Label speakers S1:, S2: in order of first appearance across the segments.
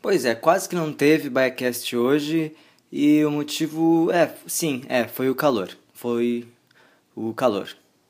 S1: Pois é, quase que não teve Biacast hoje e o motivo foi o calor. Foi o calor.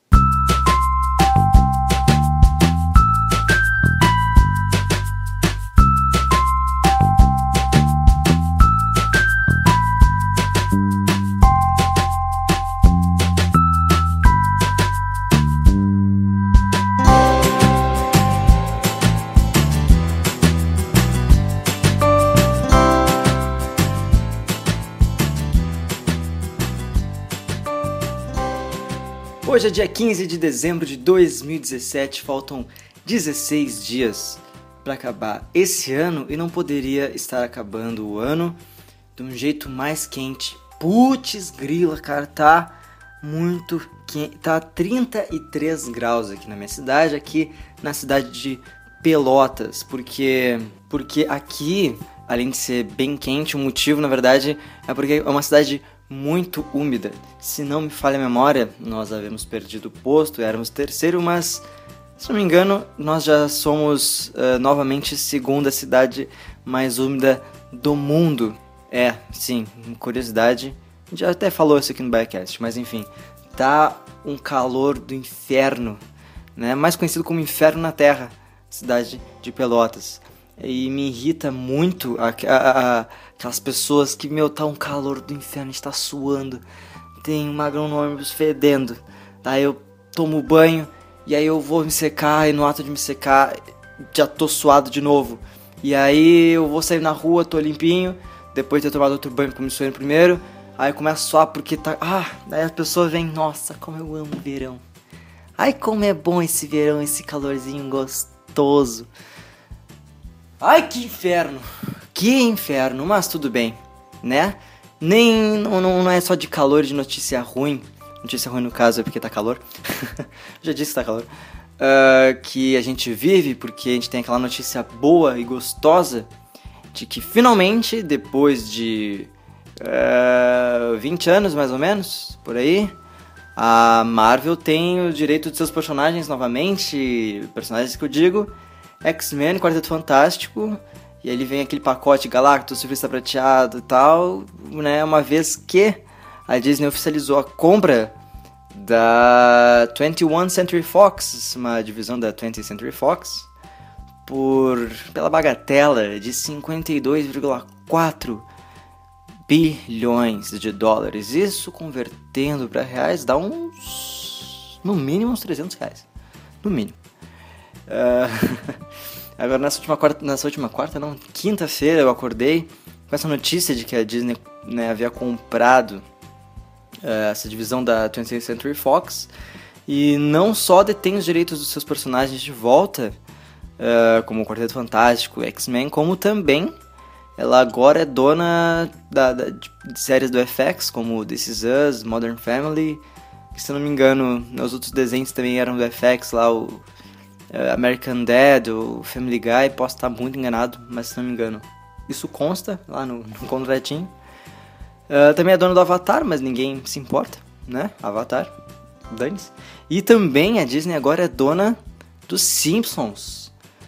S1: Hoje é dia 15 de dezembro de 2017, faltam 16 dias para acabar esse ano e não poderia estar acabando o ano de um jeito mais quente. Putz grila, cara, tá muito quente, tá 33 graus aqui na minha cidade, aqui na cidade de Pelotas, porque aqui, além de ser bem quente, o motivo na verdade é porque é uma cidade muito úmida. Se não me falha a memória, nós havíamos perdido o posto, éramos terceiro, mas se não me engano, nós já somos novamente segunda cidade mais úmida do mundo. Sim, curiosidade, a gente já até falou isso aqui no Biacast, mas enfim, tá um calor do inferno, né? Mais conhecido como Inferno na Terra, cidade de Pelotas. E me irrita muito aquelas pessoas que, tá um calor do inferno, a gente tá suando, tem um magrão no ônibus fedendo, daí eu tomo banho, e aí eu vou me secar, e no ato de me secar, já tô suado de novo. E aí eu vou sair na rua, tô limpinho, depois de ter tomado outro banho, como suei no primeiro, aí eu começo a suar porque tá... daí as pessoas vêm, nossa, como eu amo o verão. Ai, como é bom esse verão, esse calorzinho gostoso. Ai, que inferno, mas tudo bem, né? Não é só de calor, de notícia ruim no caso é porque tá calor, já disse que tá calor, que a gente vive, porque a gente tem aquela notícia boa e gostosa de que finalmente, depois de 20 anos mais ou menos, por aí, a Marvel tem o direito de seus personagens novamente, personagens que eu digo... X-Men, Quarteto Fantástico, e ele vem aquele pacote Galactus, Surfista Prateado e tal, né, uma vez que a Disney oficializou a compra da 21st Century Fox, uma divisão da 20th Century Fox, pela bagatela de 52,4 bilhões de dólares. Isso, convertendo para reais, dá no mínimo uns 300 reais, no mínimo. Agora quinta-feira eu acordei com essa notícia de que a Disney, né, havia comprado essa divisão da 20th Century Fox e não só detém os direitos dos seus personagens de volta, como o Quarteto Fantástico, X-Men, como também ela agora é dona de séries do FX, como This Is Us, Modern Family, que se não me engano, os outros desenhos também eram do FX, lá o American Dad, o Family Guy, posso estar muito enganado, mas se não me engano, isso consta lá no contratinho. Também é dona do Avatar, mas ninguém se importa, né? Avatar, dane-se. E também a Disney agora é dona dos Simpsons.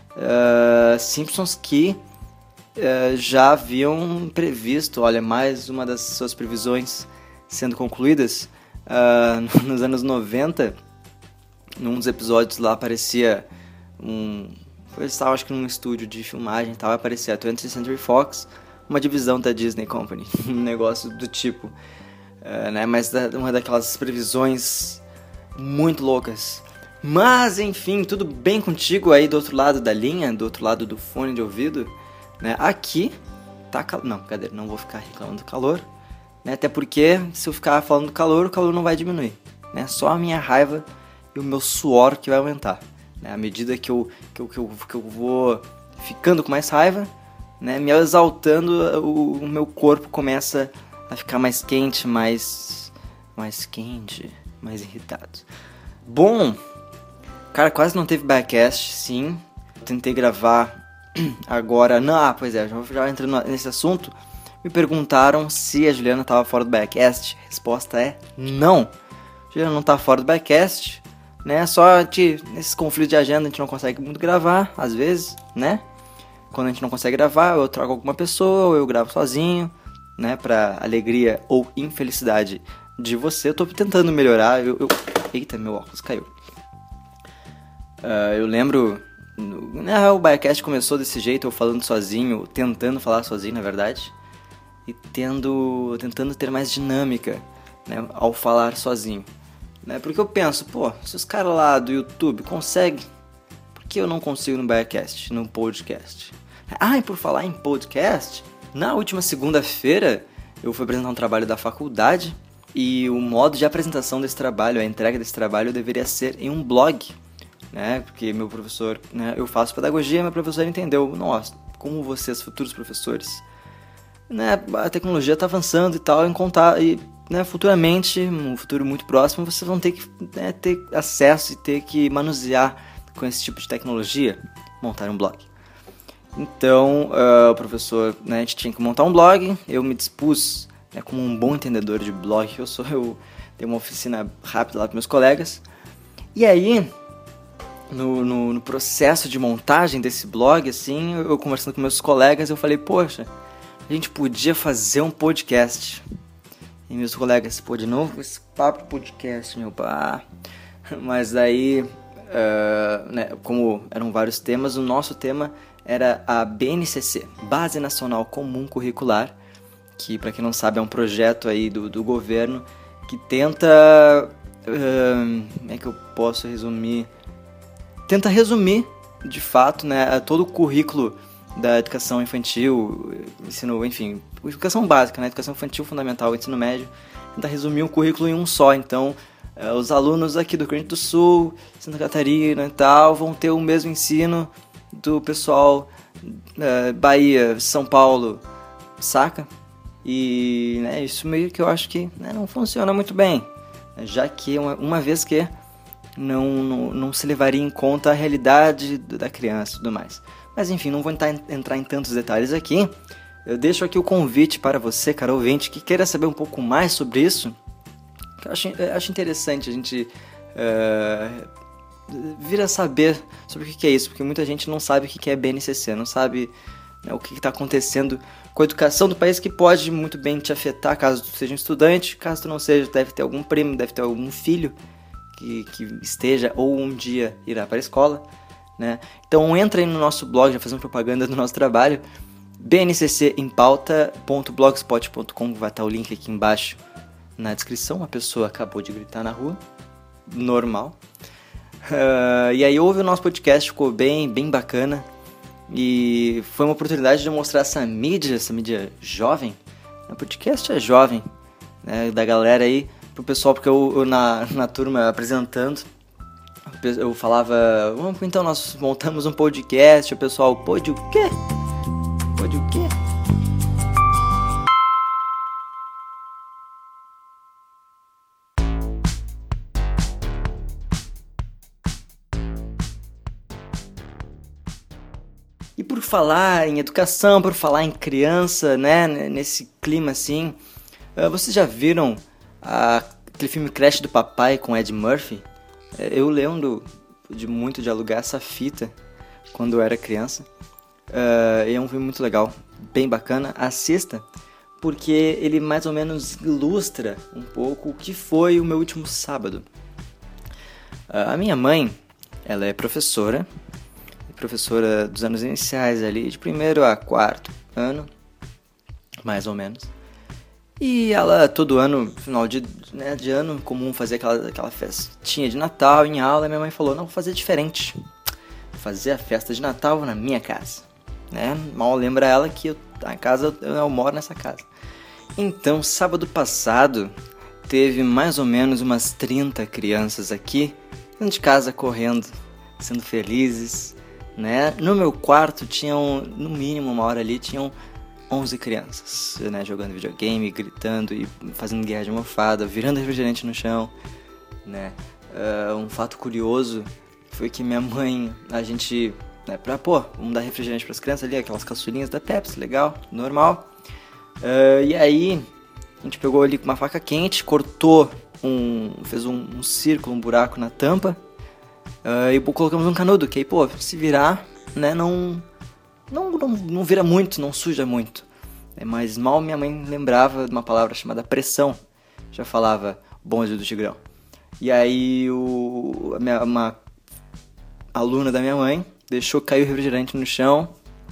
S1: Simpsons que já haviam previsto, olha, mais uma das suas previsões sendo concluídas nos anos 90. Num dos episódios lá aparecia eles estavam acho que num estúdio de filmagem e tal, aparecia a 20th Century Fox, uma divisão da Disney Company, um negócio do tipo, né? Mas uma daquelas previsões muito loucas. Mas enfim, tudo bem contigo aí do outro lado da linha, do outro lado do fone de ouvido, né? Aqui tá calor, não vou ficar reclamando do calor, né? Até porque se eu ficar falando do calor, o calor não vai diminuir, né? Só a minha raiva e o meu suor que vai aumentar, né? À medida que eu vou ficando com mais raiva, né, me exaltando, o meu corpo começa a ficar mais quente, mais irritado. Bom, cara, quase não teve Biacast, sim. Tentei gravar agora, já entrando nesse assunto, me perguntaram se a Juliana estava fora do Biacast. A resposta é não. A Juliana não está fora do Biacast, né? Só nesse conflito de agenda a gente não consegue muito gravar, às vezes, né? quando a gente não consegue gravar, eu trago alguma pessoa, ou eu gravo sozinho, né, pra alegria ou infelicidade de você. Eu tô tentando melhorar, Eita, meu óculos caiu. Eu lembro, o Biacast começou desse jeito, eu falando sozinho, tentando falar sozinho, na verdade, e tentando ter mais dinâmica, né, ao falar sozinho. Né, porque eu penso, se os caras lá do YouTube conseguem, por que eu não consigo no Biacast, no podcast? E por falar em podcast, na última segunda-feira eu fui apresentar um trabalho da faculdade e o modo de apresentação desse trabalho, a entrega desse trabalho deveria ser em um blog, né? Porque meu professor, né, eu faço pedagogia, meu professor entendeu, nossa, como vocês, futuros professores, né, a tecnologia está avançando e tal, né, futuramente, um futuro muito próximo, vocês vão ter que, né, ter acesso e ter que manusear com esse tipo de tecnologia, montar um blog. Então, o professor, né, a gente tinha que montar um blog, eu me dispus, né, como um bom entendedor de blog que eu dei uma oficina rápida lá para meus colegas. E aí, no processo de montagem desse blog, assim, eu conversando com meus colegas, eu falei, poxa, a gente podia fazer um podcast. E meus colegas, de novo esse papo de podcast, meu pá. Mas aí, né, como eram vários temas, o nosso tema era a BNCC, Base Nacional Comum Curricular, que, para quem não sabe, é um projeto aí do governo que tenta, como é que eu posso resumir? Tenta resumir, de fato, né, todo o currículo da educação infantil, ensino, enfim, educação básica, né, educação infantil, fundamental, ensino médio, tenta resumir o currículo em um só. Então, os alunos aqui do Rio Grande do Sul, Santa Catarina e tal, vão ter o mesmo ensino do pessoal Bahia, São Paulo, saca? E, né, isso meio que eu acho que, né, não funciona muito bem, já que uma vez que não se levaria em conta a realidade da criança e tudo mais. Mas enfim, não vou entrar em tantos detalhes aqui. Eu deixo aqui o convite para você, cara ouvinte, que queira saber um pouco mais sobre isso. Que eu acho interessante a gente vir a saber sobre o que é isso, porque muita gente não sabe o que é BNCC, não sabe, né, o que está acontecendo com a educação do país, que pode muito bem te afetar caso tu seja um estudante, caso tu não seja, deve ter algum primo, deve ter algum filho que esteja ou um dia irá para a escola, né? Então entra aí no nosso blog, já fazendo propaganda do nosso trabalho, bnccempauta.blogspot.com, vai estar o link aqui embaixo na descrição. Uma pessoa acabou de gritar na rua, normal. E aí ouve o nosso podcast, ficou bem bacana, e foi uma oportunidade de mostrar essa mídia jovem. O podcast é jovem, né, da galera aí, pro pessoal, porque eu na turma apresentando, eu falava, então nós montamos um podcast, o pessoal, pode o quê? Pode o quê? E por falar em educação, por falar em criança, né, nesse clima assim, vocês já viram aquele filme Creche do Papai com Ed Murphy? Eu lembro muito de alugar essa fita quando eu era criança. É um filme muito legal, bem bacana, assista, porque ele mais ou menos ilustra um pouco o que foi o meu último sábado. A minha mãe, ela é professora dos anos iniciais ali, de 1º a 4º ano, mais ou menos. E ela, todo ano, final de ano, comum fazer aquela festinha de Natal em aula, e minha mãe falou, não, vou fazer diferente. Vou fazer a festa de Natal na minha casa. Né? Mal lembra ela que eu moro nessa casa. Então, sábado passado, teve mais ou menos umas 30 crianças aqui, dentro de casa, correndo, sendo felizes, né? No meu quarto tinham, no mínimo uma hora ali, tinham 11 crianças, né, jogando videogame, gritando e fazendo guerra de almofada, virando refrigerante no chão, né? Um fato curioso foi que minha mãe, a gente, né, vamos dar refrigerante para as crianças ali, aquelas caçulinhas da Pepsi, legal, normal. E aí, a gente pegou ali com uma faca quente, cortou, fez um círculo, um buraco na tampa, e colocamos um canudo, que aí, se virar, né, não não vira muito, não suja muito. Mas mal minha mãe lembrava de uma palavra chamada pressão. Já falava bonde do Tigrão. E aí uma aluna da minha mãe deixou cair o refrigerante no chão.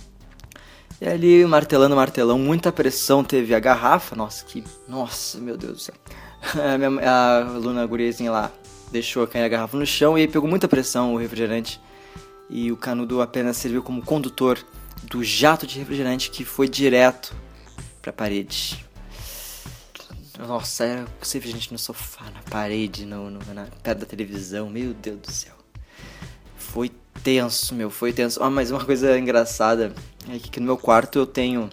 S1: E ali, martelão, muita pressão, teve a garrafa. Nossa, meu Deus do céu. A aluna guriazinha lá deixou cair a garrafa no chão e aí pegou muita pressão o refrigerante. E o canudo apenas serviu como condutor do jato de refrigerante que foi direto pra parede. Nossa, era refrigerante no sofá, na parede, perto da televisão. Meu Deus do céu. Foi tenso, foi tenso. Mas uma coisa engraçada é que aqui no meu quarto eu tenho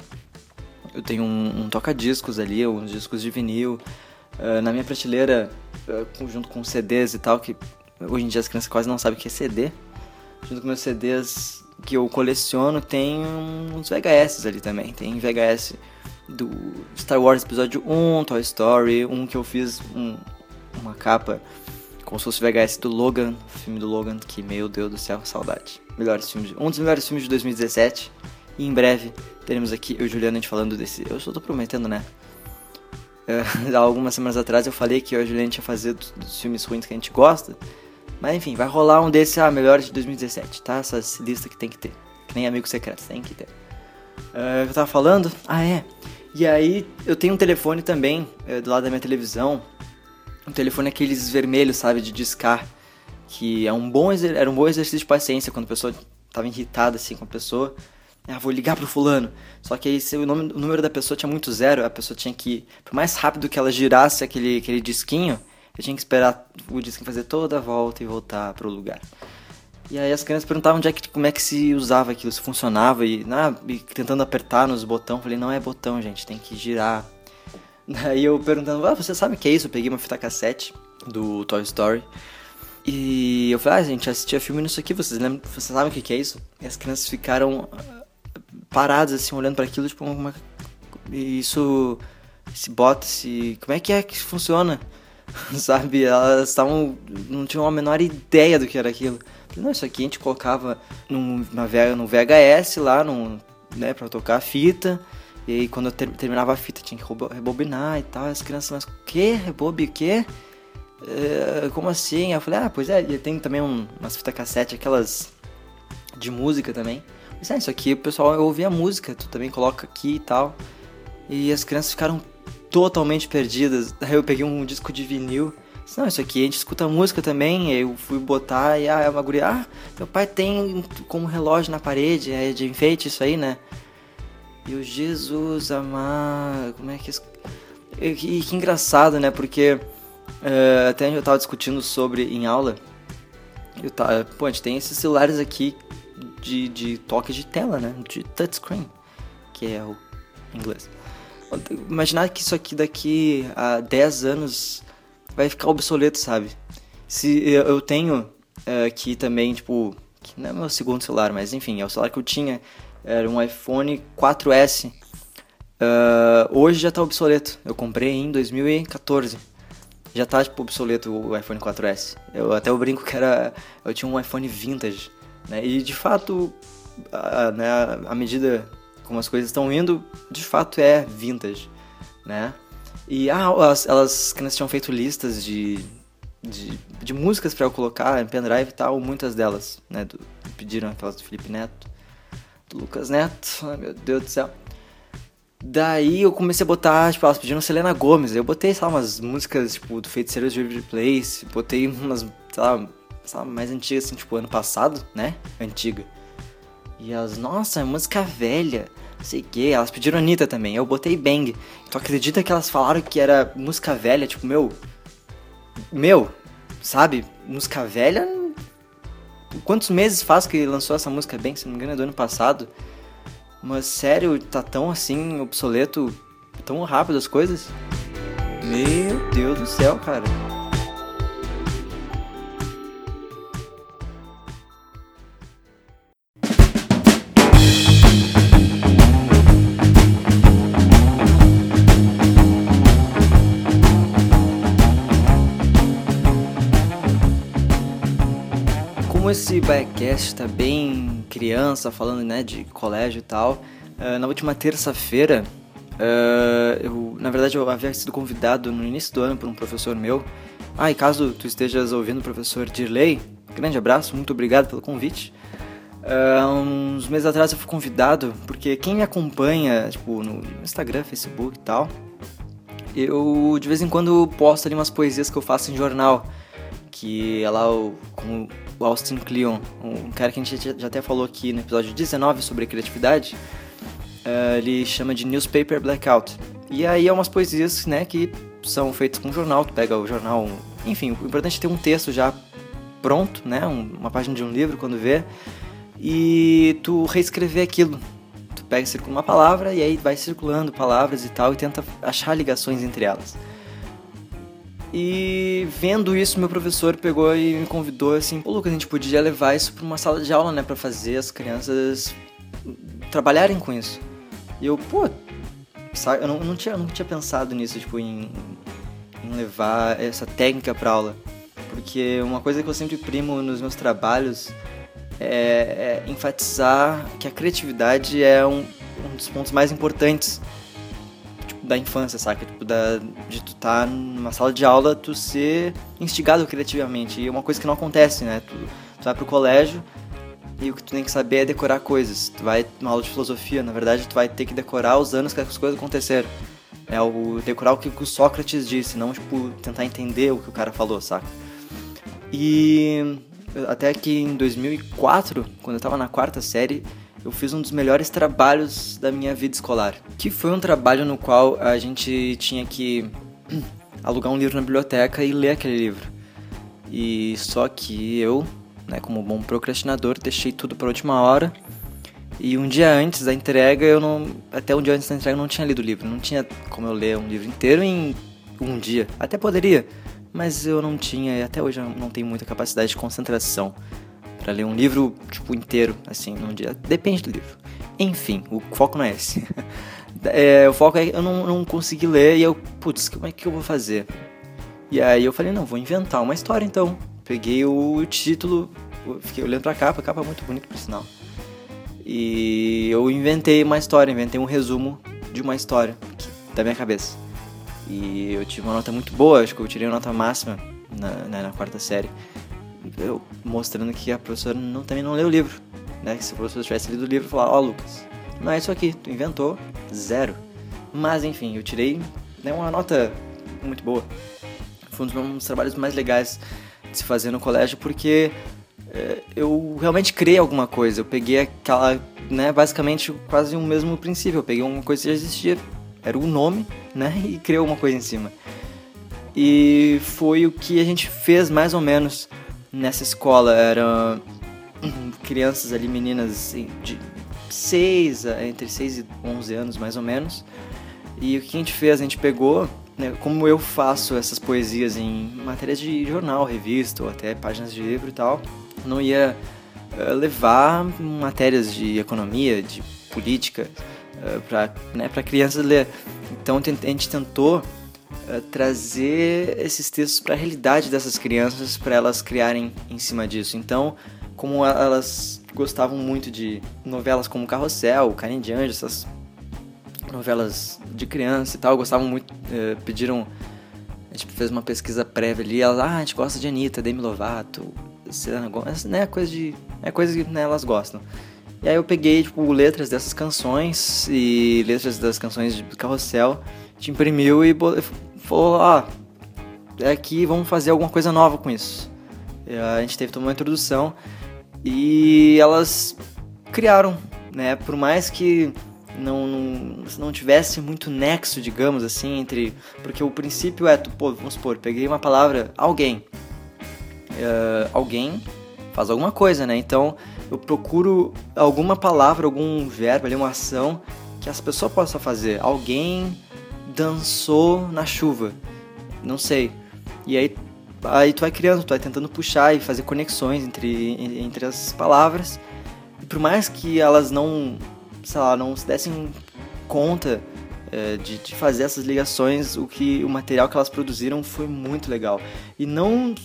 S1: um toca-discos ali, uns discos de vinil. Na minha prateleira, junto com CDs e tal, que hoje em dia as crianças quase não sabem o que é CD. Junto com meus CDs que eu coleciono, tem uns VHS ali também. Tem VHS do Star Wars Episódio 1, Toy Story, um que eu fiz uma capa como se fosse VHS do Logan, filme do Logan, que, meu Deus do céu, saudade. Um dos melhores filmes de 2017. E em breve teremos aqui eu e o Juliano a gente falando desse. Eu só tô prometendo, né? Há algumas semanas atrás eu falei que eu e o Juliano a gente ia fazer dos filmes ruins que a gente gosta. Mas enfim, vai rolar um desses, melhores de 2017, tá? Essa lista que tem que ter. Que nem Amigos Secretos, tem que ter. Eu tava falando? E aí eu tenho um telefone também, do lado da minha televisão. Um telefone aqueles vermelhos, sabe, de discar. Que era um bom exercício de paciência quando a pessoa tava irritada assim com a pessoa. Vou ligar pro fulano. Só que aí se o número da pessoa tinha muito zero, a pessoa tinha que, por mais rápido que ela girasse aquele disquinho, eu tinha que esperar o disquinho fazer toda a volta e voltar pro lugar. E aí as crianças perguntavam como é que se usava aquilo, se funcionava, e tentando apertar nos botões. Falei, não é botão, gente, tem que girar. Daí eu perguntando, você sabe o que é isso? Eu peguei uma fita cassete do Toy Story. E eu falei, gente, assistia filme nisso aqui, vocês sabem o que é isso? E as crianças ficaram paradas, assim, olhando para aquilo, tipo, isso se bota, como é que funciona? Sabe, elas não tinham a menor ideia do que era aquilo. Falei, não, isso aqui a gente colocava no VHS lá, né, pra tocar a fita. E aí quando eu terminava a fita tinha que rebobinar e tal. As crianças, mas o quê? O quê? Como assim? Eu falei, pois é, e tem também umas fitas cassete, aquelas de música também. Mas isso aqui o pessoal ouvia música, tu também coloca aqui e tal. E as crianças ficaram totalmente perdidas. Daí eu peguei um disco de vinil. Disse, não, isso aqui a gente escuta música também. Eu fui botar e uma guria, meu pai tem como relógio na parede, é de enfeite isso aí, né? E o Jesus amado, como é que isso... E que engraçado, né? Porque até eu tava discutindo sobre em aula. A gente tem esses celulares aqui de toque de tela, né? De touchscreen, que é o inglês. Imaginar que isso aqui daqui a 10 anos vai ficar obsoleto, sabe? Se eu tenho aqui também, tipo, que não é meu segundo celular, mas enfim, é o celular que eu tinha, era um iPhone 4S. Hoje já tá obsoleto. Eu comprei em 2014. Já tá, tipo, obsoleto o iPhone 4S. Eu brinco que eu tinha um iPhone vintage, né? E de fato, né, à medida como as coisas estão indo, de fato é vintage, né? E as crianças tinham feito listas de músicas pra eu colocar em pendrive e tal, muitas delas, né? Pediram aquelas do Felipe Neto, do Lucas Neto, ai meu Deus do céu. Daí eu comecei a botar, tipo, elas pediram Selena Gomez, eu botei, sei lá, umas músicas, tipo, do Feiticeiros de Waverly Place, botei umas, sei lá, mais antigas, assim, tipo, ano passado, né? Antiga. E elas, nossa, música velha, não sei o que. Elas pediram Anitta também, eu botei Bang. Tu acredita que elas falaram que era música velha? Tipo, sabe? Música velha? Quantos meses faz que lançou essa música Bang? Se não me engano é do ano passado. Mas sério, tá tão assim, obsoleto, tão rápido as coisas? Meu Deus do céu, cara. Como esse Biacast tá bem criança, falando, né, de colégio e tal. Na última terça-feira, na verdade eu havia sido convidado no início do ano por um professor meu. E caso tu estejas ouvindo o professor Dirley, grande abraço, muito obrigado pelo convite. Uns meses atrás eu fui convidado, porque quem me acompanha, tipo, no Instagram, Facebook e tal, eu de vez em quando posto ali umas poesias que eu faço em jornal, que é lá com o Austin Kleon, um cara que a gente já até falou aqui no episódio 19 sobre criatividade. Ele chama de Newspaper Blackout. E aí é umas poesias, né, que são feitas com jornal. Tu pega o jornal, enfim, o importante é ter um texto já pronto, né, uma página de um livro quando vê, e tu reescrever aquilo. Tu pega e circula uma palavra e aí vai circulando palavras e tal e tenta achar ligações entre elas. E vendo isso, meu professor pegou e me convidou assim: pô, Lucas, a gente podia levar isso para uma sala de aula, né, para fazer as crianças trabalharem com isso. E eu, sabe, eu não tinha pensado nisso, tipo, em levar essa técnica para aula, porque uma coisa que eu sempre primo nos meus trabalhos é enfatizar que a criatividade é um dos pontos mais importantes, tipo, da infância, saca? Tipo, de tu estar numa sala de aula, tu ser instigado criativamente. E é uma coisa que não acontece, né? Tu vai pro colégio e o que tu tem que saber é decorar coisas. Tu vai numa aula de filosofia, na verdade, tu vai ter que decorar os anos que as coisas aconteceram. Decorar o que o Sócrates disse, não, tipo, tentar entender o que o cara falou, saca? E até que em 2004, quando eu tava na 4ª série, eu fiz um dos melhores trabalhos da minha vida escolar, que foi um trabalho no qual a gente tinha que alugar um livro na biblioteca e ler aquele livro. E só que eu, né, como bom procrastinador, deixei tudo para a última hora. E um dia antes da entrega, eu não tinha lido o livro. Não tinha como eu ler um livro inteiro em um dia. Até poderia, mas eu não tinha, e até hoje eu não tenho muita capacidade de concentração para ler um livro, tipo, inteiro, assim, num dia. Depende do livro. Enfim, o foco não é esse. O foco é que eu não consegui ler e eu, como é que eu vou fazer? E aí eu falei, não, vou inventar uma história então. Peguei o título, fiquei olhando pra capa, a capa é muito bonita, por sinal. E eu inventei uma história, inventei um resumo de uma história da minha cabeça. E eu tive uma nota muito boa, acho que eu tirei a nota máxima na 4ª série. Eu mostrando que a professora também não leu o livro, né? Que se a professora tivesse lido o livro, eu falava, Lucas, não é isso aqui, tu inventou, 0. Mas enfim, eu tirei, né, uma nota muito boa. Foi um dos trabalhos mais legais de se fazer no colégio, porque eu realmente criei alguma coisa. Eu peguei aquela, né, basicamente quase o mesmo princípio. Eu peguei uma coisa que já existia, era o nome, né, e criei uma coisa em cima. E foi o que a gente fez mais ou menos nessa escola. Eram crianças ali, meninas de entre 6 e 11 anos mais ou menos. E o que a gente fez? A gente pegou, né, como eu faço essas poesias em matérias de jornal, revista ou até páginas de livro e tal, não ia levar matérias de economia, de política para crianças ler. Então a gente tentou trazer esses textos para a realidade dessas crianças, para elas criarem em cima disso. Então, como elas gostavam muito de novelas como Carrossel, Carinha de Anjo, essas novelas de criança e tal, gostavam muito, pediram, a gente fez uma pesquisa prévia ali, elas, a gente gosta de Anitta, Demi Lovato, Selena Gomez, né, coisa que, né, elas gostam. E aí eu peguei, tipo, letras dessas canções e letras das canções de Carrossel, a gente imprimiu e falou, aqui vamos fazer alguma coisa nova com isso. E a gente teve toda uma introdução e elas criaram, né, por mais que não tivesse muito nexo, digamos assim, entre... Porque o princípio vamos supor, peguei uma palavra, alguém faz alguma coisa, né? Então eu procuro alguma palavra, algum verbo ali, uma ação que essa pessoa possa fazer. Alguém dançou na chuva, não sei. E aí tu vai criando, tu vai tentando puxar e fazer conexões entre as palavras. E por mais que elas não se dessem conta de fazer essas ligações, o material que elas produziram foi muito legal. E não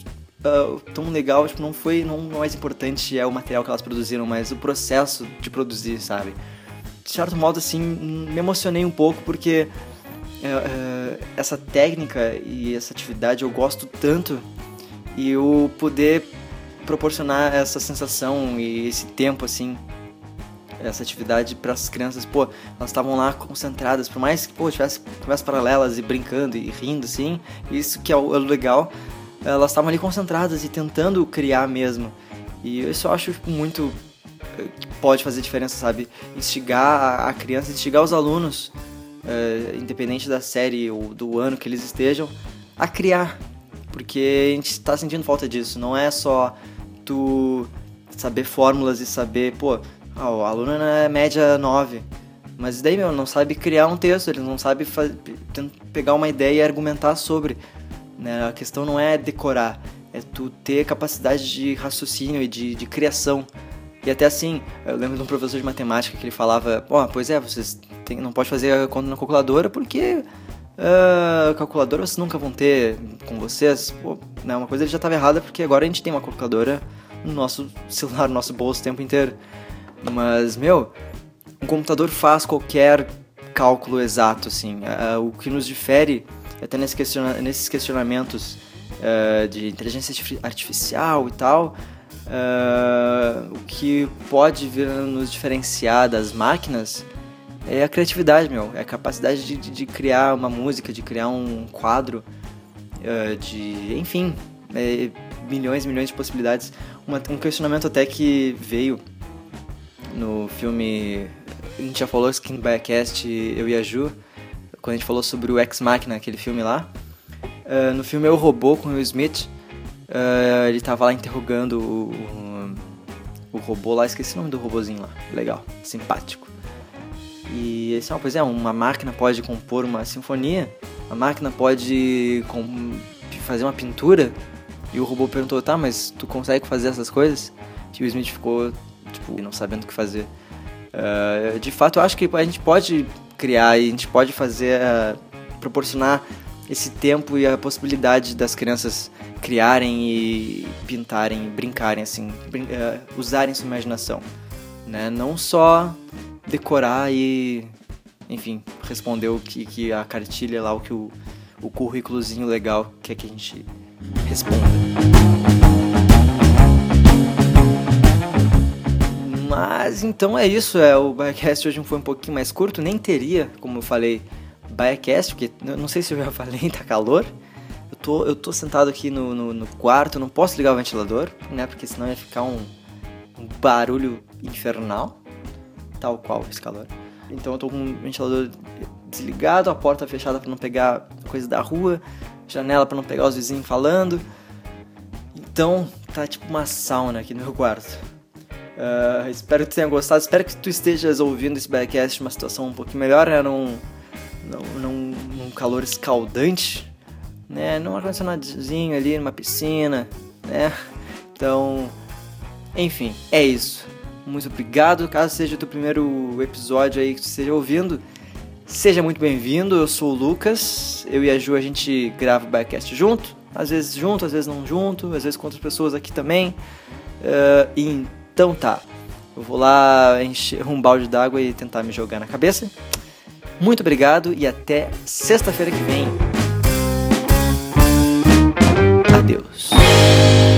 S1: tão legal, tipo, não o mais importante é o material que elas produziram, mas o processo de produzir, sabe? De certo modo, assim, me emocionei um pouco porque essa técnica e essa atividade eu gosto tanto, e eu poder proporcionar essa sensação e esse tempo, assim, essa atividade para as crianças, pô, elas estavam lá concentradas, por mais que, pô, tivesse conversas paralelas e brincando e rindo, assim, isso que é o legal, elas estavam ali concentradas e tentando criar mesmo, e isso eu acho muito que pode fazer diferença, sabe? Instigar a criança, instigar os alunos, independente da série ou do ano que eles estejam, a criar, porque a gente está sentindo falta disso. Não é só tu saber fórmulas e saber, pô, o aluno é média 9, mas daí, não sabe criar um texto, ele não sabe pegar uma ideia e argumentar sobre, né? A questão não é decorar, é tu ter capacidade de raciocínio e de criação. E até assim, eu lembro de um professor de matemática que ele falava, pois é, vocês não podem fazer a conta na calculadora porque calculadora vocês nunca vão ter com vocês. Pô, né, uma coisa ele já estava errada, porque agora a gente tem uma calculadora no nosso celular, no nosso bolso o tempo inteiro. Mas, um computador faz cálculo exato, assim. O que nos difere, até nesses questionamentos de inteligência artificial e tal, o que pode vir a nos diferenciar das máquinas é a criatividade, é a capacidade de criar uma música, de criar um quadro, enfim, milhões de possibilidades. Um questionamento até que veio no filme, a gente já falou aqui no Biacast, eu e a Ju, quando a gente falou sobre o Ex Machina, aquele filme lá. No filme Eu, Robô, com o Will Smith, ele tava lá interrogando o robô lá, esqueci o nome do robozinho lá, legal, simpático. E ele disse, uma máquina pode compor uma sinfonia, a máquina pode fazer uma pintura, e o robô perguntou, tá, mas tu consegue fazer essas coisas? E o Smith ficou, não sabendo o que fazer. De fato, eu acho que a gente pode criar e a gente pode fazer, proporcionar esse tempo e a possibilidade das crianças criarem e pintarem, brincarem, assim, usarem sua imaginação, né? Não só decorar e, enfim, responder o que a cartilha lá, o que o currículozinho legal quer que a gente responda. Mas então é isso, o Biacast hoje foi um pouquinho mais curto, nem teria, como eu falei, Biacast, porque não sei se eu já falei, tá calor. Eu tô sentado aqui no quarto, não posso ligar o ventilador, né, porque senão ia ficar um barulho infernal, tal qual esse calor. Então eu tô com o ventilador desligado, a porta fechada pra não pegar coisa da rua, janela pra não pegar os vizinhos falando. Então tá tipo uma sauna aqui no meu quarto. Espero que tu tenha gostado, espero que tu estejas ouvindo esse Biacast numa situação um pouquinho melhor, né, num calor escaldante, né, num ar-condicionadozinho ali, numa piscina, né, então, enfim, é isso. Muito obrigado, caso seja o teu primeiro episódio aí que tu esteja ouvindo, seja muito bem-vindo. Eu sou o Lucas, eu e a Ju, a gente grava o Biacast junto, às vezes não junto, às vezes com outras pessoas aqui também, então tá, eu vou lá encher um balde d'água e tentar me jogar na cabeça. Muito obrigado e até sexta-feira que vem. Adeus.